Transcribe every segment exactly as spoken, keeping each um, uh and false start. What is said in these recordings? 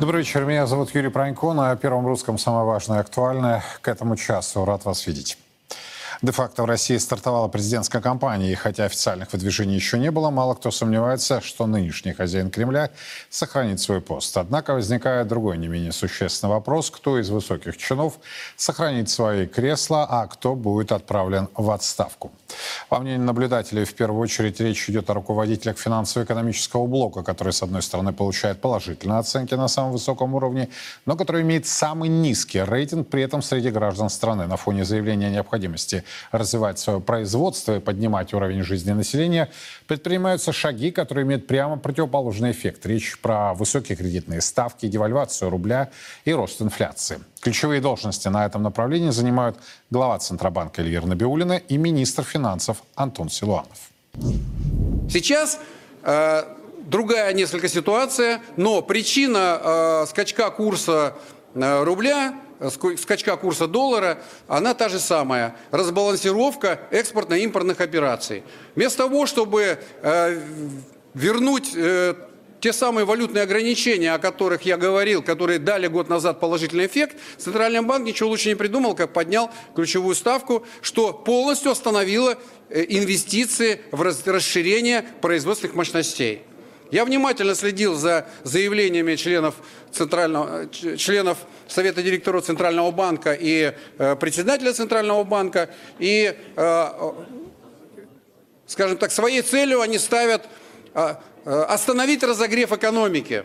Добрый вечер, меня зовут Юрий Пронько. На Первом Русском самое важное и актуальное к этому часу. Рад вас видеть. Де-факто в России стартовала президентская кампания, и хотя официальных выдвижений еще не было, мало кто сомневается, что нынешний хозяин Кремля сохранит свой пост. Однако возникает другой не менее существенный вопрос: кто из высоких чинов сохранит свои кресла, а кто будет отправлен в отставку. По мнению наблюдателей, в первую очередь речь идет о руководителях финансово-экономического блока, который, с одной стороны, получает положительные оценки на самом высоком уровне, но который имеет самый низкий рейтинг при этом среди граждан страны. На фоне заявления о необходимости развивать свое производство и поднимать уровень жизни населения, предпринимаются шаги, которые имеют прямо противоположный эффект. Речь про высокие кредитные ставки, девальвацию рубля и рост инфляции. Ключевые должности на этом направлении занимают глава Центробанка Эльвира Набиуллина и министр финансов Антон Силуанов. Сейчас э, другая несколько ситуация, но причина э, скачка курса э, рубля, скачка курса доллара, она та же самая. Разбалансировка экспортно-импортных операций. Вместо того, чтобы э, вернуть э, те самые валютные ограничения, о которых я говорил, которые дали год назад положительный эффект, Центральный банк ничего лучше не придумал, как поднял ключевую ставку, что полностью остановило инвестиции в расширение производственных мощностей. Я внимательно следил за заявлениями членов, Центрального, членов Совета директоров Центрального банка и э, председателя Центрального банка. И, э, скажем так, своей целью они ставят э, остановить разогрев экономики.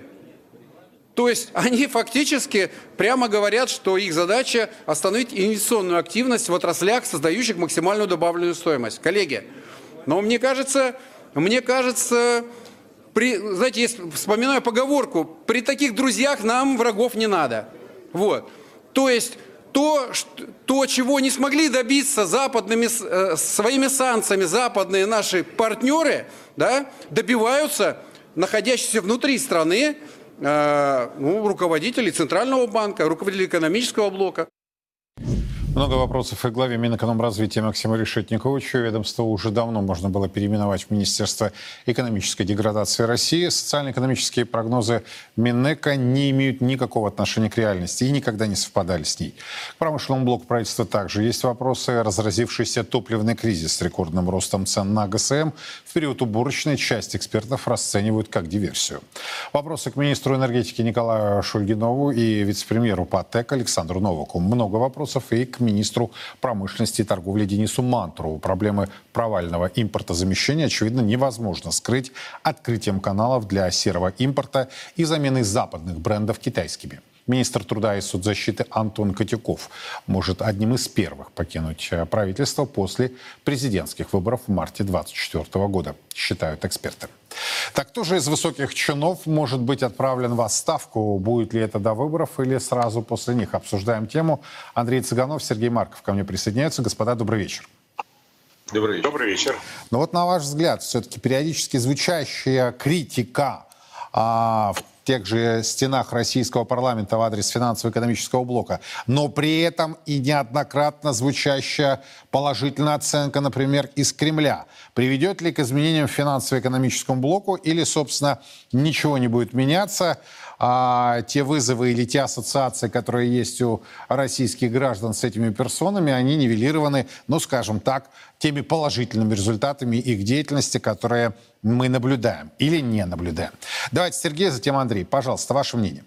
То есть они фактически прямо говорят, что их задача остановить инвестиционную активность в отраслях, создающих максимальную добавленную стоимость. Коллеги, но мне кажется, мне кажется... При, знаете, есть, вспоминаю поговорку: при таких друзьях нам врагов не надо. Вот. То есть то, что, то, чего не смогли добиться западными, э, своими санкциями западные наши партнеры, да, добиваются находящиеся внутри страны э, ну, руководителей Центрального банка, руководителей экономического блока. Много вопросов и главе Минэкономразвития Максиму Решетниковичу. Ведомство уже давно можно было переименовать в Министерство экономической деградации России. Социально-экономические прогнозы Минэка не имеют никакого отношения к реальности и никогда не совпадали с ней. К промышленному блоку правительства также есть вопросы. Разразившийся топливный кризис с рекордным ростом цен на ГСМ в период уборочной часть экспертов расценивают как диверсию. Вопросы к министру энергетики Николаю Шульгинову и вице-премьеру по ТЭК Александру Новаку. Много вопросов и к министру промышленности и торговли Денису Мантурову. Проблемы провального импортозамещения, очевидно, невозможно скрыть открытием каналов для серого импорта и заменой западных брендов китайскими. Министр труда и соцзащиты Антон Котяков может одним из первых покинуть правительство после президентских выборов в марте две тысячи двадцать четвёртого года, считают эксперты. Так кто же из высоких чинов может быть отправлен в отставку? Будет ли это до выборов или сразу после них? Обсуждаем тему. Андрей Цыганов, Сергей Марков ко мне присоединяются. Господа, добрый вечер. Добрый вечер. Добрый вечер. Но вот на ваш взгляд, все-таки периодически звучащая критика а, в тех же стенах российского парламента в адрес финансово-экономического блока, но при этом и неоднократно звучащая положительная оценка, например, из Кремля, приведет ли к изменениям в финансово-экономическом блоку или, собственно, ничего не будет меняться, а те вызовы или те ассоциации, которые есть у российских граждан с этими персонами, они нивелированы, ну, скажем так, теми положительными результатами их деятельности, которые мы наблюдаем или не наблюдаем. Давайте Сергей, затем Андрей. Пожалуйста, ваше мнение.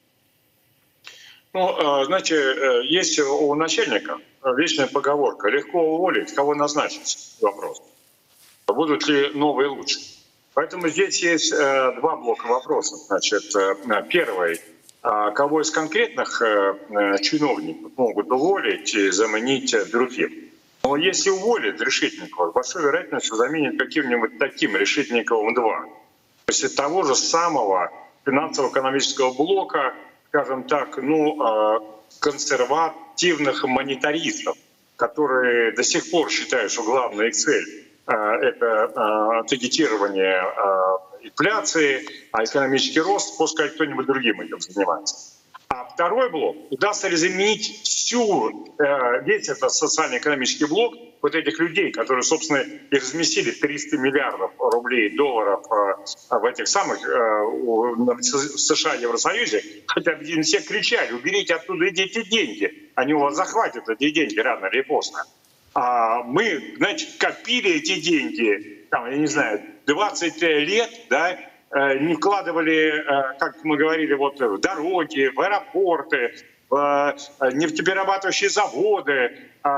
Ну, знаете, есть у начальника вечная поговорка: легко уволить, кого назначить. Вопрос: будут ли новые лучше? Поэтому здесь есть два блока вопросов. Значит, первый: кого из конкретных чиновников могут уволить и заменить другим? Но если уволят Решетникова, с большой вероятностью заменят каким-нибудь таким Решетниковым-два. То есть того же самого финансово-экономического блока, скажем так, ну, консервативных монетаристов, которые до сих пор считают, что главная их цель — это таргетирование инфляции, а экономический рост, пускай кто-нибудь другим этим занимается. А второй блок, удастся ли заменить всю, э, весь этот социально-экономический блок вот этих людей, которые, собственно, и разместили триста миллиардов рублей, долларов э, в этих самых э, в США, Евросоюзе, хотя бы все кричали: уберите оттуда эти деньги, они у вас захватят эти деньги рано или поздно. А мы, значит, копили эти деньги, там, я не знаю, двадцать лет, да, не вкладывали, как мы говорили, вот в дороги, в аэропорты, в нефтеперерабатывающие заводы,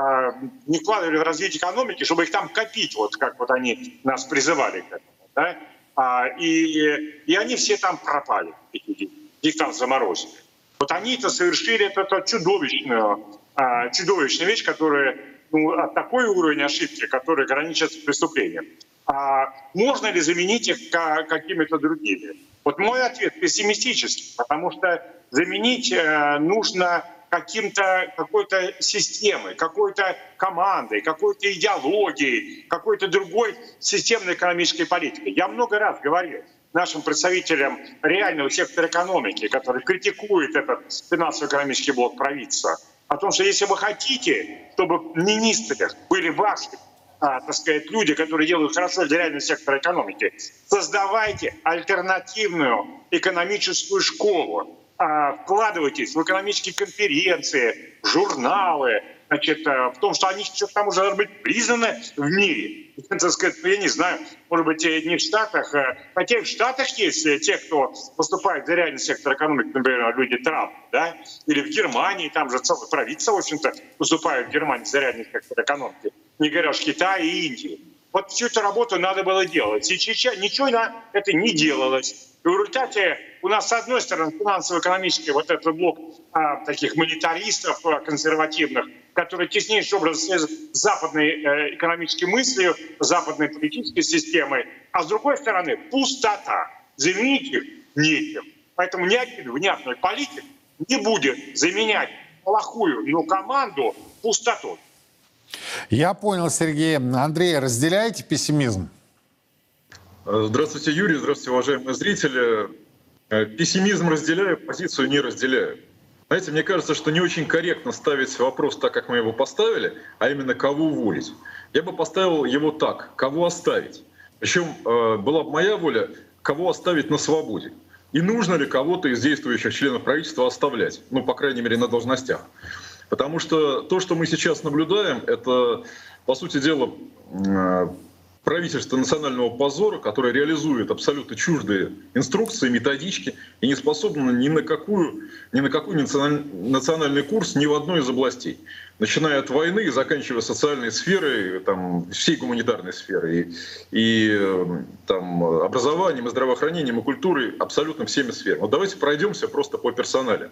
не вкладывали в развитие экономики, чтобы их там копить, вот как вот они нас призывали к этому. Да? И, и они все там пропали, их там заморозили. Вот они-то совершили эту чудовищную, чудовищную вещь, которая, ну, такой уровень ошибки, который граничит с преступлением. А можно ли заменить их какими-то другими? Вот мой ответ пессимистический, потому что заменить э, нужно каким-то, какой-то системой, какой-то командой, какой-то идеологией, какой-то другой системной экономической политикой. Я много раз говорил нашим представителям реального сектора экономики, который критикует этот финансово-экономический блок правительства, о том, что если вы хотите, чтобы министры были ваши, А, так сказать, люди, которые делают хорошо для реального сектора экономики, создавайте альтернативную экономическую школу, а, вкладывайтесь в экономические конференции, в журналы, значит, в том, что они к тому же должны быть признаны в мире. Так сказать, я не знаю, может быть, не в Штатах, хотя и в Штатах есть те, кто выступает за реальный сектор экономики, например, люди Трамп, да, или в Германии, там же целое правительство, в общем-то, выступает в Германии за реальный сектор экономики, не говоря уж Китае и Индии. Вот всю эту работу надо было делать. Сейчас ничего на это не делалось. И в результате у нас, с одной стороны, финансово-экономический вот этот блок а, таких монетаристов а, консервативных, которые теснейшим образом связаны с западной э, экономической мыслью, западной политической системой, а с другой стороны пустота. Заменить их нечем. Поэтому ни один внятный политик не будет заменять плохую, но команду пустотой. Я понял, Сергей. Андрей, разделяете пессимизм? Здравствуйте, Юрий. Здравствуйте, уважаемые зрители. Пессимизм разделяю, позицию не разделяю. Знаете, мне кажется, что не очень корректно ставить вопрос так, как мы его поставили, а именно кого уволить. Я бы поставил его так: кого оставить. Причем была бы моя воля, кого оставить на свободе. И нужно ли кого-то из действующих членов правительства оставлять, ну, по крайней мере, на должностях. Потому что то, что мы сейчас наблюдаем, это, по сути дела, правительство национального позора, которое реализует абсолютно чуждые инструкции, методички и не способно ни на какую, ни на какой национальный курс ни в одной из областей. Начиная от войны и заканчивая социальной сферой, там, всей гуманитарной сферой, и, и там, образованием, и здравоохранением, и культурой, абсолютно всеми сферами. Вот давайте пройдемся просто по персоналям.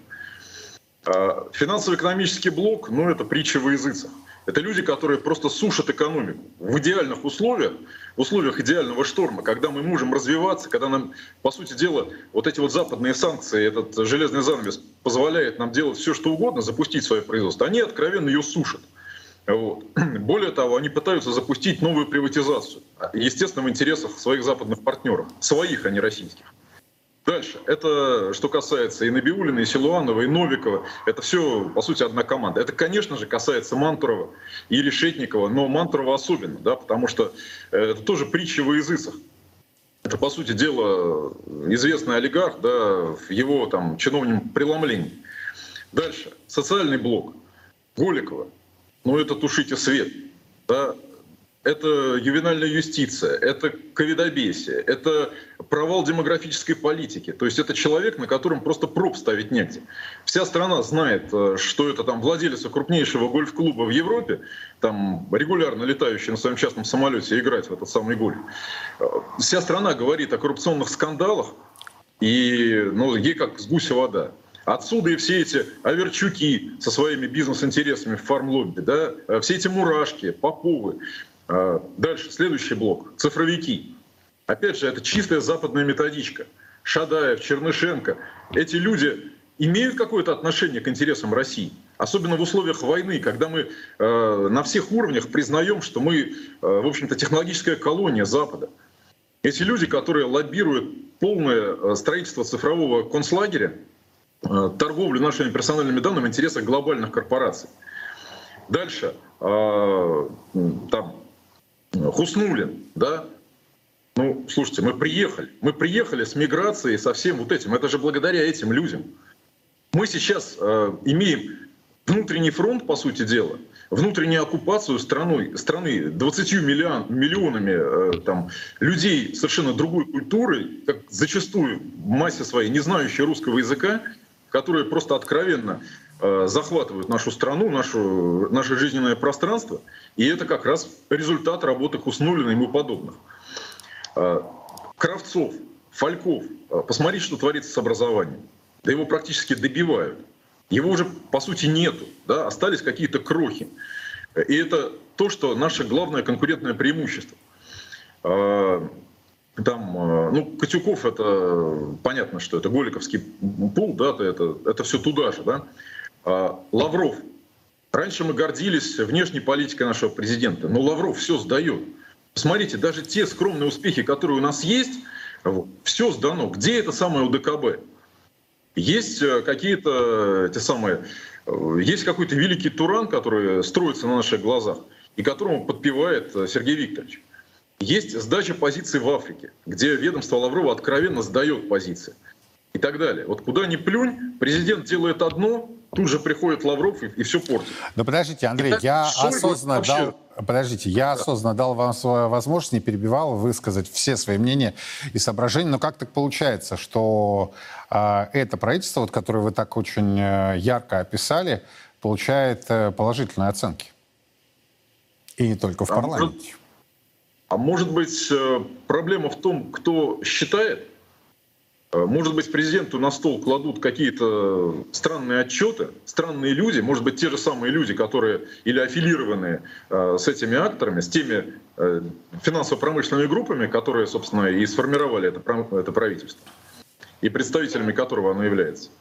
Финансово-экономический блок, ну, это притча во языцах. Это люди, которые просто сушат экономику в идеальных условиях, в условиях идеального шторма, когда мы можем развиваться, когда нам, по сути дела, вот эти вот западные санкции, этот железный занавес позволяет нам делать все, что угодно, запустить свое производство. Они откровенно ее сушат. Вот. Более того, они пытаются запустить новую приватизацию, естественно, в интересах своих западных партнеров, своих, а не российских. Дальше. Это что касается и Набиуллина, и Силуанова, и Новикова. Это все, по сути, одна команда. Это, конечно же, касается Мантурова и Решетникова, но Мантурова особенно, да, потому что это тоже притча во языцах. Это, по сути дела, известный олигарх, да, в его там чиновном преломлении. Дальше. Социальный блок. Голикова. Ну, это тушите свет. Да. Это ювенальная юстиция, это ковидобесие, это провал демографической политики. То есть это человек, на котором просто проб ставить негде. Вся страна знает, что это там владелец крупнейшего гольф-клуба в Европе, там регулярно летающий на своем частном самолете играть в этот самый гольф. Вся страна говорит о коррупционных скандалах, и ну, ей как с гуся вода. Отсюда и все эти Аверчуки со своими бизнес-интересами в фармлобби, да, все эти Мурашки, Поповы. Дальше, следующий блок. Цифровики. Опять же, это чистая западная методичка. Шадаев, Чернышенко. Эти люди имеют какое-то отношение к интересам России. Особенно в условиях войны, когда мы э, на всех уровнях признаем, что мы, э, в общем-то, технологическая колония Запада. Эти люди, которые лоббируют полное строительство цифрового концлагеря, торговлю нашими персональными данными в интересах глобальных корпораций. Дальше, там, Хуснуллин, да, ну, слушайте, мы приехали, мы приехали с миграцией, со всем вот этим, это же благодаря этим людям. Мы сейчас имеем внутренний фронт, по сути дела, внутреннюю оккупацию страной, страны двадцатью миллион, миллионами э, там, людей совершенно другой культуры, как зачастую в массе своей не знающие русского языка, которые просто откровенно э, захватывают нашу страну, нашу, наше жизненное пространство. И это как раз результат работы Хуснуллина и ему подобных. Э, Кравцов, Фальков, э, посмотрите, что творится с образованием. Да его практически добивают. Его уже, по сути, нету, да? Остались какие-то крохи. И это то, что наше главное конкурентное преимущество. Там, ну, Котюков, это понятно, что это Голиковский пул, да, это, это все туда же. Да? Лавров. Раньше мы гордились внешней политикой нашего президента, но Лавров все сдает. Посмотрите, даже те скромные успехи, которые у нас есть, все сдано. Где это самое УДКБ? Есть какие-то те самые, есть какой-то великий Туран, который строится на наших глазах и которому подпевает Сергей Викторович. Есть сдача позиций в Африке, где ведомство Лаврова откровенно сдает позиции и так далее. Вот куда ни плюнь, президент делает одно, тут же приходит Лавров и, и все портит. Но подождите, Андрей, Итак, я Шойгу осознанно вообще... дал... Подождите, я осознанно дал вам свою возможность, не перебивал, высказать все свои мнения и соображения. Но как так получается, что э, это правительство, вот, которое вы так очень э, ярко описали, получает э, положительные оценки? И не только в а парламенте. Может, а может быть, проблема в том, кто считает? Может быть, президенту на стол кладут какие-то странные отчеты, странные люди, может быть, те же самые люди, которые или аффилированы э, с этими акторами, с теми э, финансово-промышленными группами, которые, собственно, и сформировали это, это правительство, и представителями которого оно является.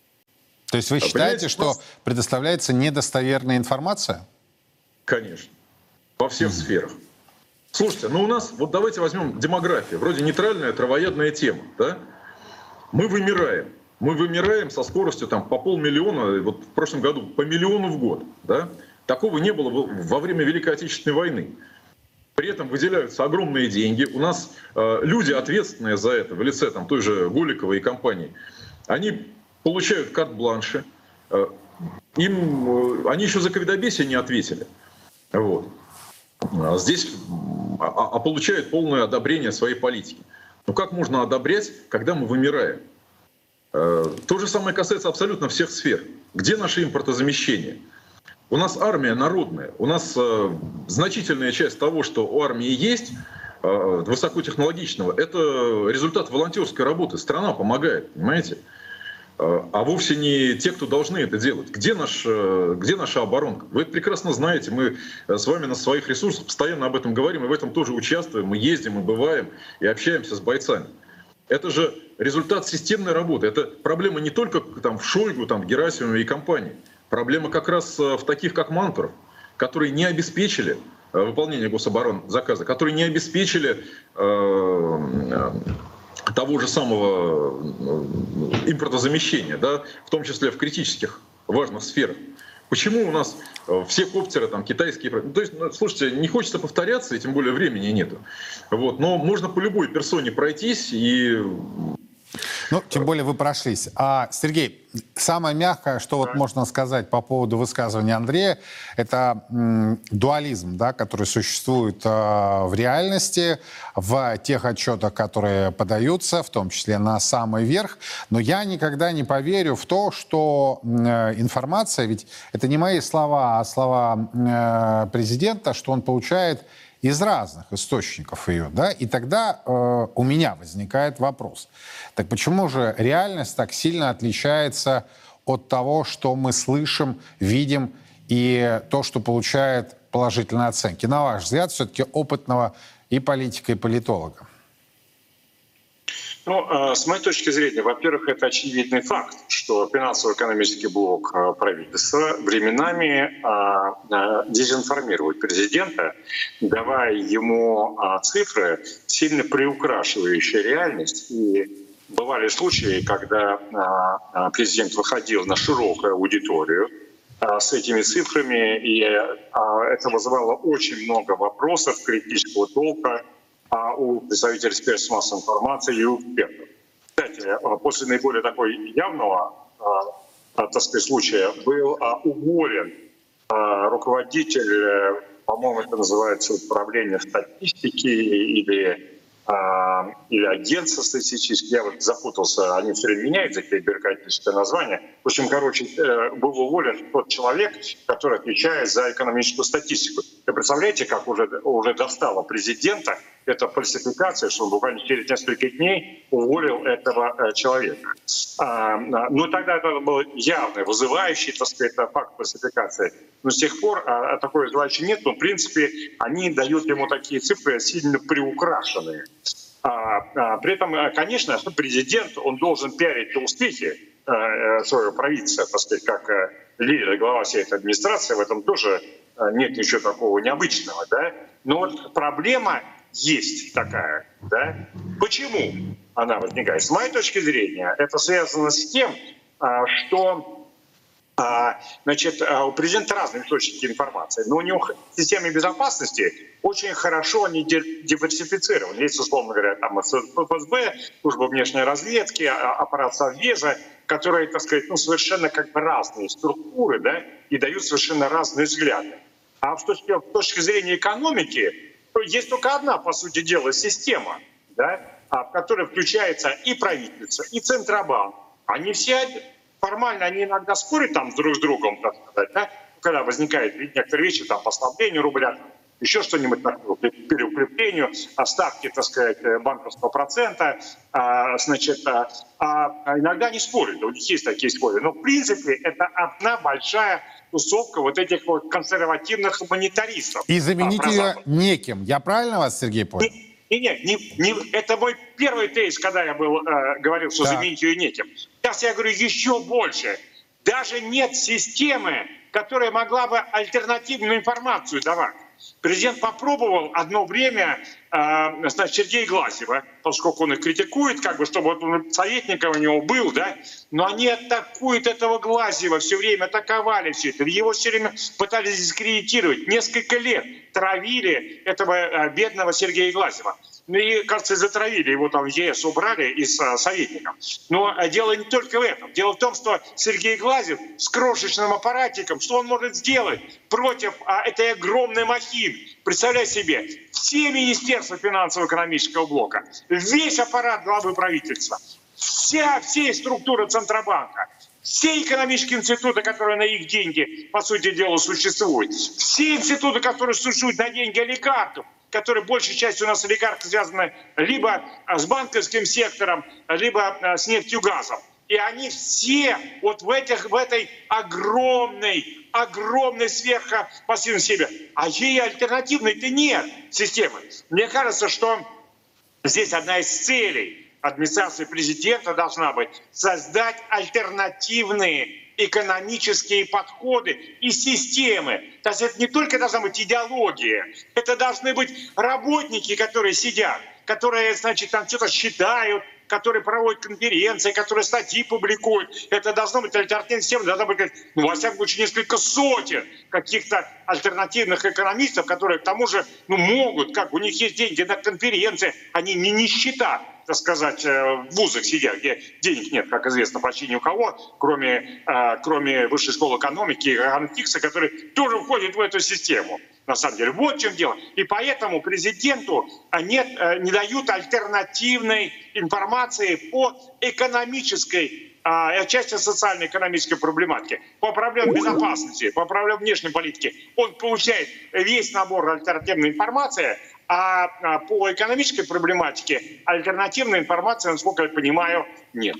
То есть вы считаете, Понимаете, что просто... предоставляется недостоверная информация? Конечно. Во всех mm-hmm. сферах. Слушайте, ну у нас, вот давайте возьмем демографию, вроде нейтральная травоядная тема, да? Мы вымираем. Мы вымираем со скоростью там, по полмиллиона, вот в прошлом году по миллиону в год. Да? Такого не было во время Великой Отечественной войны. При этом выделяются огромные деньги. У нас э, люди, ответственные за это, в лице там, той же Голиковой и компании, они получают карт-бланши. Э, им, э, они еще за ковидобесие не ответили. Вот. А здесь а, а получают полное одобрение своей политики. Ну как можно одобрять, когда мы вымираем? То же самое касается абсолютно всех сфер. Где наше импортозамещение? У нас армия народная. У нас значительная часть того, что у армии есть, высокотехнологичного, это результат волонтерской работы. Страна помогает, понимаете? А вовсе не те, кто должны это делать. Где, наш, где наша оборонка? Вы это прекрасно знаете. Мы с вами на своих ресурсах постоянно об этом говорим, и в этом тоже участвуем. Мы ездим, и бываем, и общаемся с бойцами. Это же результат системной работы. Это проблема не только там, в Шойгу, там, в Герасимове и компании. Проблема как раз в таких, как Мантуров, которые не обеспечили выполнение гособоронзаказа, которые не обеспечили... Э, того же самого импортозамещения, да, в том числе в критических важных сферах. Почему у нас все коптеры там китайские... То есть, ну, слушайте, не хочется повторяться, и тем более времени нету. Вот, но можно по любой персоне пройтись и... Ну, тем более вы прошлись. А, Сергей, самое мягкое, что вот можно сказать по поводу высказывания Андрея, это м, дуализм, да, который существует э, в реальности, в тех отчетах, которые подаются, в том числе на самый верх. Но я никогда не поверю в то, что э, информация, ведь это не мои слова, а слова э, президента, что он получает из разных источников ее, да, и тогда э, у меня возникает вопрос. Так почему же реальность так сильно отличается от того, что мы слышим, видим, и то, что получает положительные оценки? На ваш взгляд, все-таки опытного и политика, и политолога. Ну, с моей точки зрения, во-первых, это очевидный факт, что финансово-экономический блок правительства временами дезинформирует президента, давая ему цифры, сильно приукрашивающие реальность и бывали случаи, когда а, президент выходил на широкую аудиторию а, с этими цифрами, и а, это вызывало очень много вопросов, критического толка а, у представителей средств массовой информации и у экспертов. Кстати, после наиболее такой явного а, так сказать, случая был а, уволен а, руководитель, по-моему, это называется управление статистики или или агентство статистическое, я вот запутался, они все время меняют такие бюрократическое название. В общем, короче, был уволен тот человек, который отвечает за экономическую статистику. Вы представляете, как уже, уже достало президента эта фальсификация, что он буквально через несколько дней уволил этого человека. Ну, тогда это был явный, вызывающий, так сказать, факт фальсификации. Но с тех пор а, такой вызывающий нет, но, в принципе, они дают ему такие цифры сильно приукрашенные. А, а, при этом, конечно, президент, он должен пиарить успехи а, своего правительства, так сказать, как а, лидер и глава всей этой администрации, в этом тоже а, нет ничего такого необычного, да? Но вот проблема есть такая, да? Почему она возникает? С моей точки зрения, это связано с тем, а, что Значит, у президента разные источники информации, но у него в системе безопасности очень хорошо они диверсифицированы. Есть, условно говоря, там эф эс бэ, служба внешней разведки, аппарат Совбеза, которые, так сказать, ну, совершенно как бы разные структуры, да, и дают совершенно разные взгляды. А с точки, с точки зрения экономики, есть только одна, по сути дела, система, да, в которой включается и правительство, и Центробанк. Они все... Формально они иногда спорят там друг с другом, так сказать, да? Когда возникают некоторые вещи, там, послабление рубля, еще что-нибудь такое, переукреплению, ставки, так сказать, банковского процента, а, значит, а, а иногда не спорят, у них есть такие споры. Но, в принципе, это одна большая тусовка вот этих вот консервативных монетаристов. И заменить ее неким. Я правильно вас, Сергей, понял? Нет, не, не, это мой первый тезис, когда я был, э, говорил, что да. заменить ее неким. Сейчас я говорю еще больше. Даже нет системы, которая могла бы альтернативную информацию давать. Президент попробовал одно время, э, значит, Сергея Глазьева, поскольку он их критикует, как бы, чтобы он советником у него был, да, но они атакуют этого Глазьева, все время атаковали все это, его все время пытались дискредитировать, несколько лет травили этого э, бедного Сергея Глазьева. Ну и, кажется, затравили его там в е эс, убрали из а, советников. Но а, дело не только в этом. Дело в том, что Сергей Глазьев с крошечным аппаратиком, что он может сделать против а, этой огромной махины? Представляй себе, все министерства финансово-экономического блока, весь аппарат главы правительства, вся, все структуры Центробанка, все экономические институты, которые на их деньги, по сути дела, существуют, все институты, которые существуют на деньги олигархов, которые большей частью у нас олигархи связаны либо с банковским сектором, либо с нефтью, газом. И они все вот в, этих, в этой огромной, огромной сверхпассивной себе. А ей альтернативной-то нет системы. Мне кажется, что здесь одна из целей администрации президента должна быть создать альтернативные экономические подходы и системы. То есть это не только должна быть идеология, это должны быть работники, которые сидят, которые, значит, там что-то считают, которые проводят конференции, которые статьи публикуют. Это должно быть альтернативная система, должна быть, ну, во всяком случае, несколько сотен каких-то альтернативных экономистов, которые, к тому же, ну, могут, как у них есть деньги на конференции, они не нищета, так сказать, в вузах сидят, где денег нет, как известно, почти ни у кого, кроме, кроме Высшей школы экономики и Ранфикса, который тоже входит в эту систему. На самом деле, вот в чем дело. И поэтому президенту нет, не дают альтернативной информации по экономической а, части социально-экономической проблематики, по проблемам безопасности, по проблемам внешней политики. Он получает весь набор альтернативной информации, а, а по экономической проблематике альтернативной информации, насколько я понимаю, нет.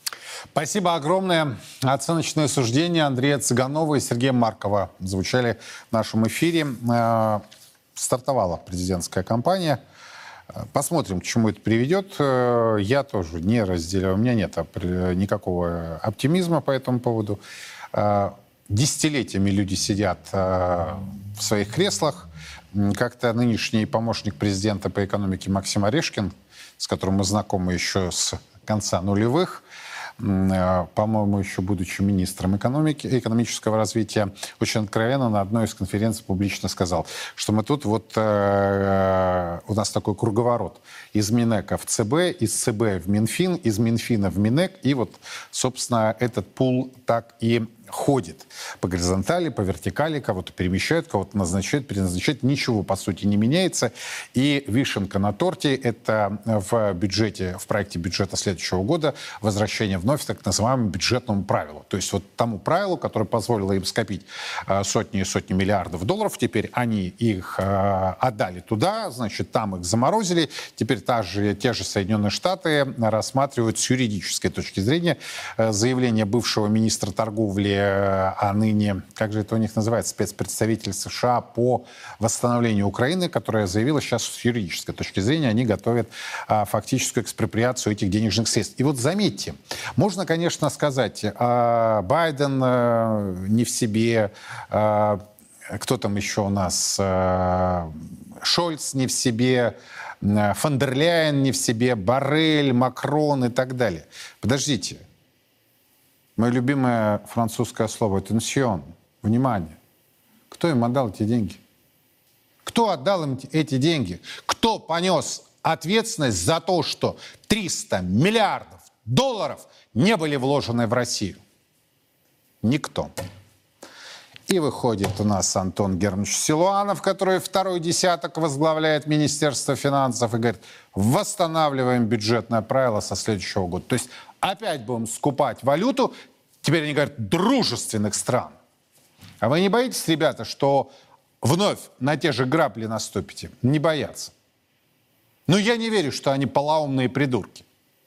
Спасибо огромное. Оценочное суждение Андрея Цыганова и Сергея Маркова звучали в нашем эфире. Стартовала президентская кампания. Посмотрим, к чему это приведет. Я тоже не разделяю. У меня нет никакого оптимизма по этому поводу. Десятилетиями люди сидят в своих креслах. Как-то нынешний помощник президента по экономике Максим Орешкин, с которым мы знакомы еще с конца нулевых, по-моему, еще будучи министром экономики, экономического развития, очень откровенно на одной из конференций публично сказал, что мы тут вот, э, у нас такой круговорот. Из Минэка в ЦБ, из ЦБ в Минфин, из Минфина в Минэк. И вот, собственно, этот пул так и ходит по горизонтали, по вертикали, кого-то перемещают, кого-то назначают, переназначают. Ничего, по сути, не меняется. И вишенка на торте — это в бюджете, в проекте бюджета следующего года возвращение вновь к так называемому бюджетному правилу. То есть вот тому правилу, которое позволило им скопить сотни и сотни миллиардов долларов. Теперь они их отдали туда, значит, там их заморозили. Теперь та же, те же Соединенные Штаты рассматривают с юридической точки зрения заявление бывшего министра торговли, а ныне, как же это у них называется, спецпредставитель США по восстановлению Украины, которая заявила, сейчас с юридической точки зрения они готовят а, фактическую экспроприацию этих денежных средств. И вот заметьте, можно, конечно, сказать, а, Байден а, не в себе, а, кто там еще у нас, а, Шольц не в себе, фон дер Ляйен не в себе, Боррель, Макрон и так далее. Подождите. Мое любимое французское слово «attention», внимание. Кто им отдал эти деньги? Кто отдал им эти деньги? Кто понес ответственность за то, что триста миллиардов долларов не были вложены в Россию? Никто. И выходит у нас Антон Германович Силуанов, который второй десяток возглавляет Министерство финансов, и говорит: восстанавливаем бюджетное правило со следующего года. То есть опять будем скупать валюту, теперь они говорят, дружественных стран. А вы не боитесь, ребята, что вновь на те же грабли наступите? Не боятся. Но я не верю, что они полоумные придурки.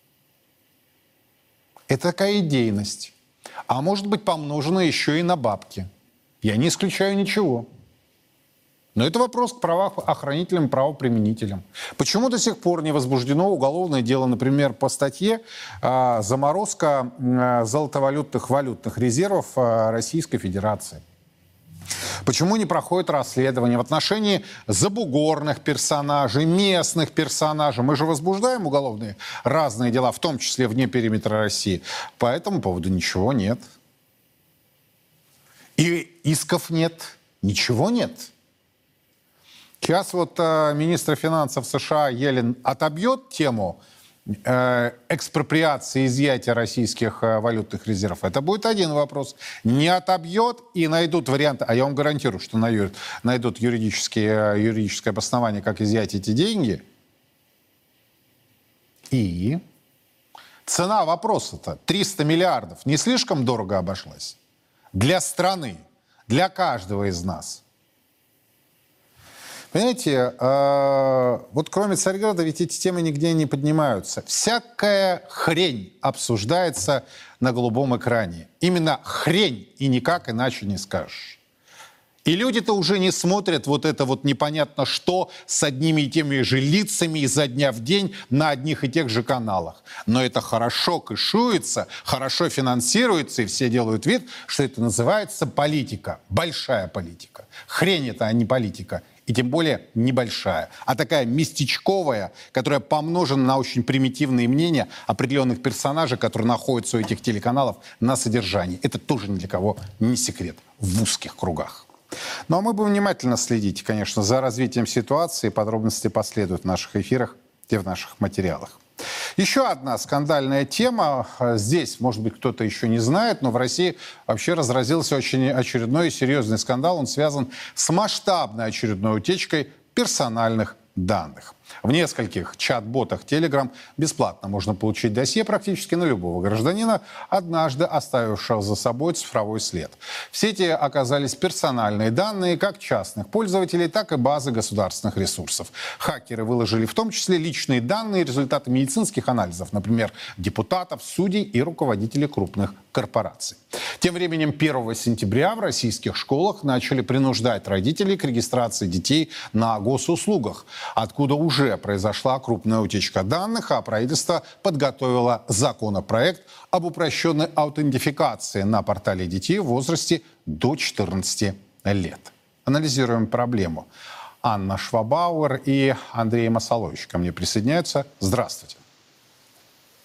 Это такая идейность. А может быть, помножена еще и на бабки. Я не исключаю ничего. Но это вопрос к правоохранителям, правоприменителям. Почему до сих пор не возбуждено уголовное дело, например, по статье э, «Заморозка э, золотовалютных валютных резервов э, Российской Федерации»? Почему не проходит расследование в отношении забугорных персонажей, местных персонажей? Мы же возбуждаем уголовные разные дела, в том числе вне периметра России. По этому поводу ничего нет. И исков нет, ничего нет. Сейчас вот э, министр финансов США Йеллен отобьет тему э, экспроприации, изъятия российских э, валютных резервов. Это будет один вопрос. Не отобьет и найдут варианты, а я вам гарантирую, что найдут, найдут юридические, юридическое обоснование, как изъять эти деньги. И цена вопроса-то триста миллиардов не слишком дорого обошлась? Для страны, для каждого из нас. Понимаете, э, вот кроме Царьграда ведь эти темы нигде не поднимаются. Всякая хрень обсуждается на голубом экране. Именно хрень, и никак иначе не скажешь. И люди-то уже не смотрят вот это вот непонятно что с одними и теми же лицами изо дня в день на одних и тех же каналах. Но это хорошо кэшуется, хорошо финансируется, и все делают вид, что это называется политика. Большая политика. Хрень это, а не политика. И тем более небольшая, а такая местечковая, которая помножена на очень примитивные мнения определенных персонажей, которые находятся у этих телеканалов на содержании. Это тоже ни для кого не секрет в узких кругах. Ну а мы будем внимательно следить, конечно, за развитием ситуации. Подробности последуют в наших эфирах и в наших материалах. Еще одна скандальная тема. Здесь, может быть, кто-то еще не знает, но в России вообще разразился очень очередной серьезный скандал. Он связан с масштабной очередной утечкой персональных данных. В нескольких чат-ботах Telegram бесплатно можно получить досье практически на любого гражданина, однажды оставившего за собой цифровой след. В сети оказались персональные данные как частных пользователей, так и базы государственных ресурсов. Хакеры выложили в том числе личные данные, результаты медицинских анализов, например, депутатов, судей и руководителей крупных корпораций. Тем временем первого сентября в российских школах начали принуждать родителей к регистрации детей на госуслугах, откуда уже произошла крупная утечка данных, а правительство подготовило законопроект об упрощенной аутентификации на портале детей в возрасте до четырнадцати лет. Анализируем проблему. Анна Швабауэр и Андрей Масалович ко мне присоединяются. Здравствуйте.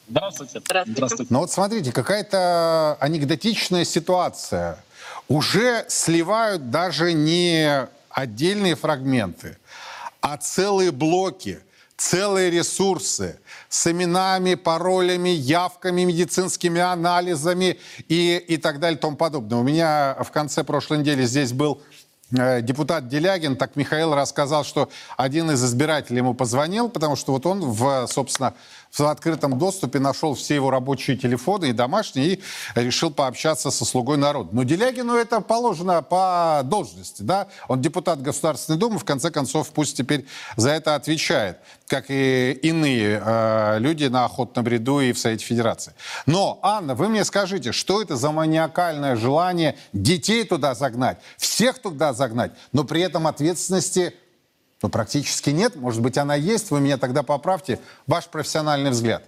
Здравствуйте. Здравствуйте. Здравствуйте. Но вот смотрите, какая-то анекдотичная ситуация. Уже сливают даже не отдельные фрагменты, а целые блоки, целые ресурсы с именами, паролями, явками, медицинскими анализами и, и так далее и тому подобное. У меня в конце прошлой недели здесь был э, депутат Делягин, так Михаил рассказал, что один из избирателей ему позвонил, потому что вот он, в, собственно, в открытом доступе нашел все его рабочие телефоны и домашние и решил пообщаться со слугой народа. Но Делягину это положено по должности, да? Он депутат Государственной Думы, в конце концов, пусть теперь за это отвечает, как и иные э, люди на охотном ряду и в Совете Федерации. Но, Анна, вы мне скажите, что это за маниакальное желание детей туда загнать, всех туда загнать, но при этом ответственности... Ну, практически нет. Может быть, она есть. Вы меня тогда поправьте. Ваш профессиональный взгляд.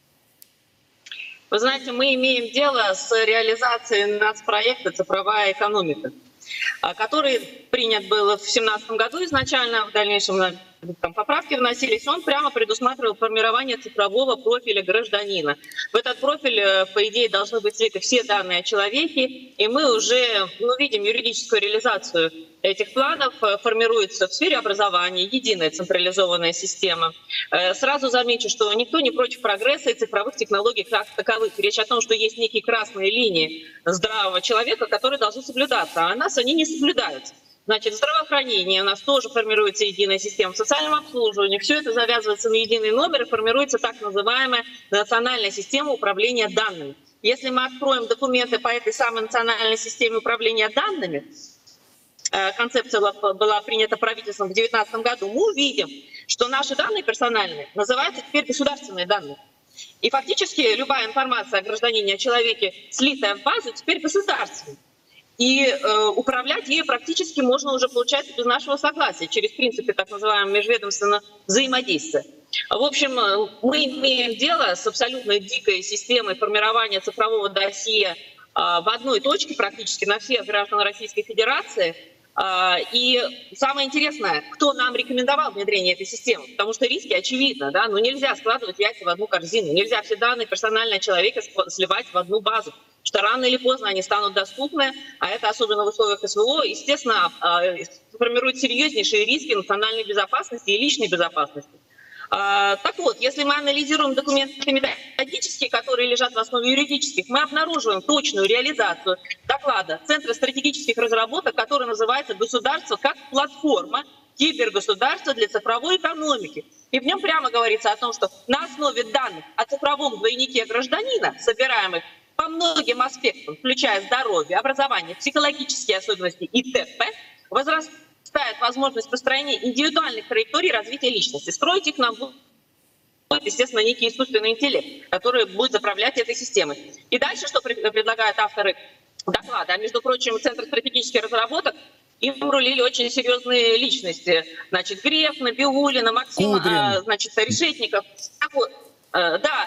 Вы знаете, мы имеем дело с реализацией нацпроекта «Цифровая экономика», который принят был в две тысячи семнадцатом году изначально, в дальнейшем там поправки вносились. Он прямо предусматривал формирование цифрового профиля гражданина. В этот профиль, по идее, должны быть слиты все данные о человеке, и мы уже ну, видим юридическую реализацию этих планов. Формируется в сфере образования единая централизованная система. Сразу замечу, что никто не против прогресса и цифровых технологий как таковых. Речь о том, что есть некие красные линии здравого человека, которые должны соблюдаться, а у нас они не соблюдаются. Значит, в здравоохранении у нас тоже формируется единая система, в социальном обслуживании. Все это завязывается на единый номер и формируется так называемая национальная система управления данными. Если мы откроем документы по этой самой национальной системе управления данными, концепция была принята правительством в две тысячи девятнадцатом году, мы увидим, что наши данные персональные называются теперь государственные данные. И фактически любая информация о гражданине, о человеке, слитая в базу, теперь государственная. И э, управлять ею практически можно уже, получается, без нашего согласия, через принципы так называемого межведомственного взаимодействия. В общем, мы имеем дело с абсолютно дикой системой формирования цифрового досье э, в одной точке практически на всех граждан Российской Федерации. Э, и самое интересное, кто нам рекомендовал внедрение этой системы, потому что риски очевидны, да, но нельзя складывать яйца в одну корзину, нельзя все данные персонального человека сливать в одну базу, что рано или поздно они станут доступны, а это особенно в условиях СВО, естественно, формирует серьезнейшие риски национальной безопасности и личной безопасности. Так вот, если мы анализируем документы методические, которые лежат в основе юридических, мы обнаруживаем точную реализацию доклада Центра стратегических разработок, который называется «Государство как платформа кибергосударства для цифровой экономики». И в нем прямо говорится о том, что на основе данных о цифровом двойнике гражданина, собираемых по многим аспектам, включая здоровье, образование, психологические особенности и т.п., возрастает возможность построения индивидуальных траекторий развития личности. Строить их нам будет, естественно, некий искусственный интеллект, который будет заправлять этой системой. И дальше, что предлагают авторы доклада, а между прочим, Центр стратегических разработок, им рулили очень серьезные личности. Значит, Греф, Набиуллина, Максим, а, значит, Решетников. Так вот, да,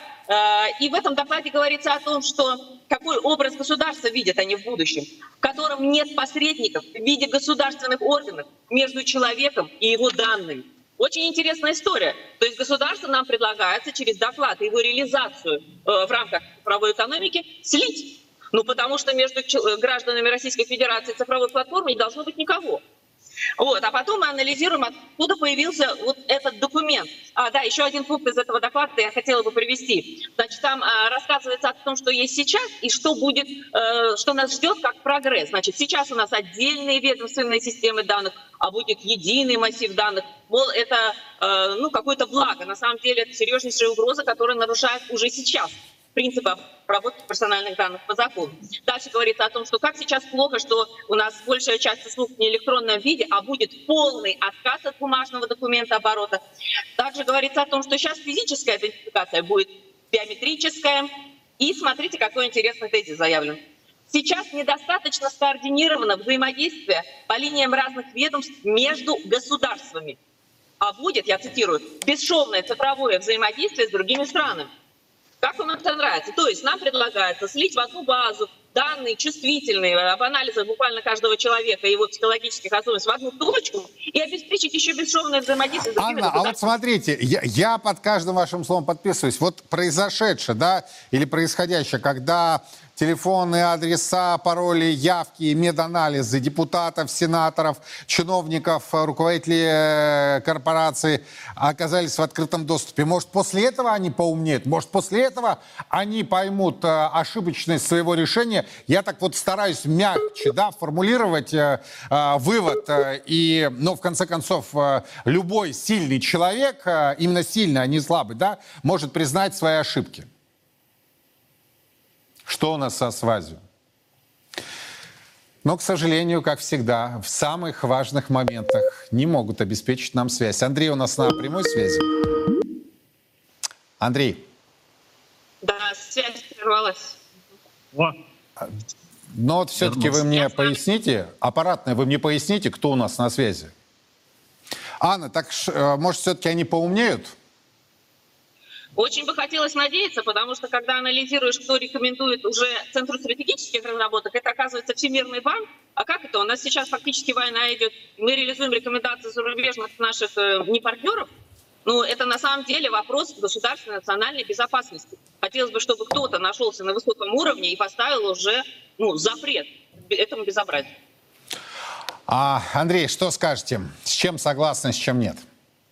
и в этом докладе говорится о том, что какой образ государства видят они в будущем, в котором нет посредников в виде государственных органов между человеком и его данными. Очень интересная история. То есть государство нам предлагается через доклад и его реализацию в рамках цифровой экономики слить. Ну, потому что между гражданами Российской Федерации и цифровой платформой не должно быть никого. Вот, а потом мы анализируем, откуда появился вот этот документ. А, да, еще один пункт из этого доклада я хотела бы привести. Значит, там а, рассказывается о том, что есть сейчас и что будет, э, что нас ждет как прогресс. Значит, сейчас у нас отдельные ведомственные системы данных, а будет единый массив данных. Мол, это э, ну, какое-то благо. На самом деле это серьезнейшая угроза, которая нарушает уже сейчас принципов работы персональных данных по закону. Дальше говорится о том, что как сейчас плохо, что у нас большая часть услуг не в электронном виде, а будет полный отказ от бумажного документа оборота. Также говорится о том, что сейчас физическая идентификация будет биометрическая. И смотрите, какой интересный тезис заявлен. Сейчас недостаточно скоординировано взаимодействие по линиям разных ведомств между государствами. А будет, я цитирую, бесшовное цифровое взаимодействие с другими странами. Как вам это нравится? То есть нам предлагается слить в одну базу данные чувствительные об анализе буквально каждого человека и его психологических особенностей в одну точку и обеспечить еще бесшовное взаимодействие с другими Анна, а вот государствами. смотрите, я, я под каждым вашим словом подписываюсь. Вот произошедшее, да, или происходящее, когда телефонные адреса, пароли, явки, меданализы депутатов, сенаторов, чиновников, руководителей корпораций оказались в открытом доступе. Может, после этого они поумнеют? Может, после этого они поймут э, ошибочность своего решения? Я так вот стараюсь мягче, да, формулировать э, э, вывод. Э, и, ну, в конце концов, э, любой сильный человек, э, именно сильный, а не слабый, да, может признать свои ошибки. Что у нас со связью? Но, к сожалению, как всегда, в самых важных моментах не могут обеспечить нам связь. Андрей у нас на прямой связи. Андрей. Да, связь прервалась. Но вот все-таки вы мне поясните, аппаратное, вы мне поясните, кто у нас на связи? Анна, так может все-таки они поумнеют? Очень бы хотелось надеяться, потому что когда анализируешь, кто рекомендует уже Центру стратегических разработок, это оказывается Всемирный банк. А как это? У нас сейчас фактически война идет. Мы реализуем рекомендации зарубежных наших э, не партнеров. Но это на самом деле вопрос государственной национальной безопасности. Хотелось бы, чтобы кто-то нашелся на высоком уровне и поставил уже ну, запрет этому безобразию. А, Андрей, что скажете? С чем согласны, с чем нет?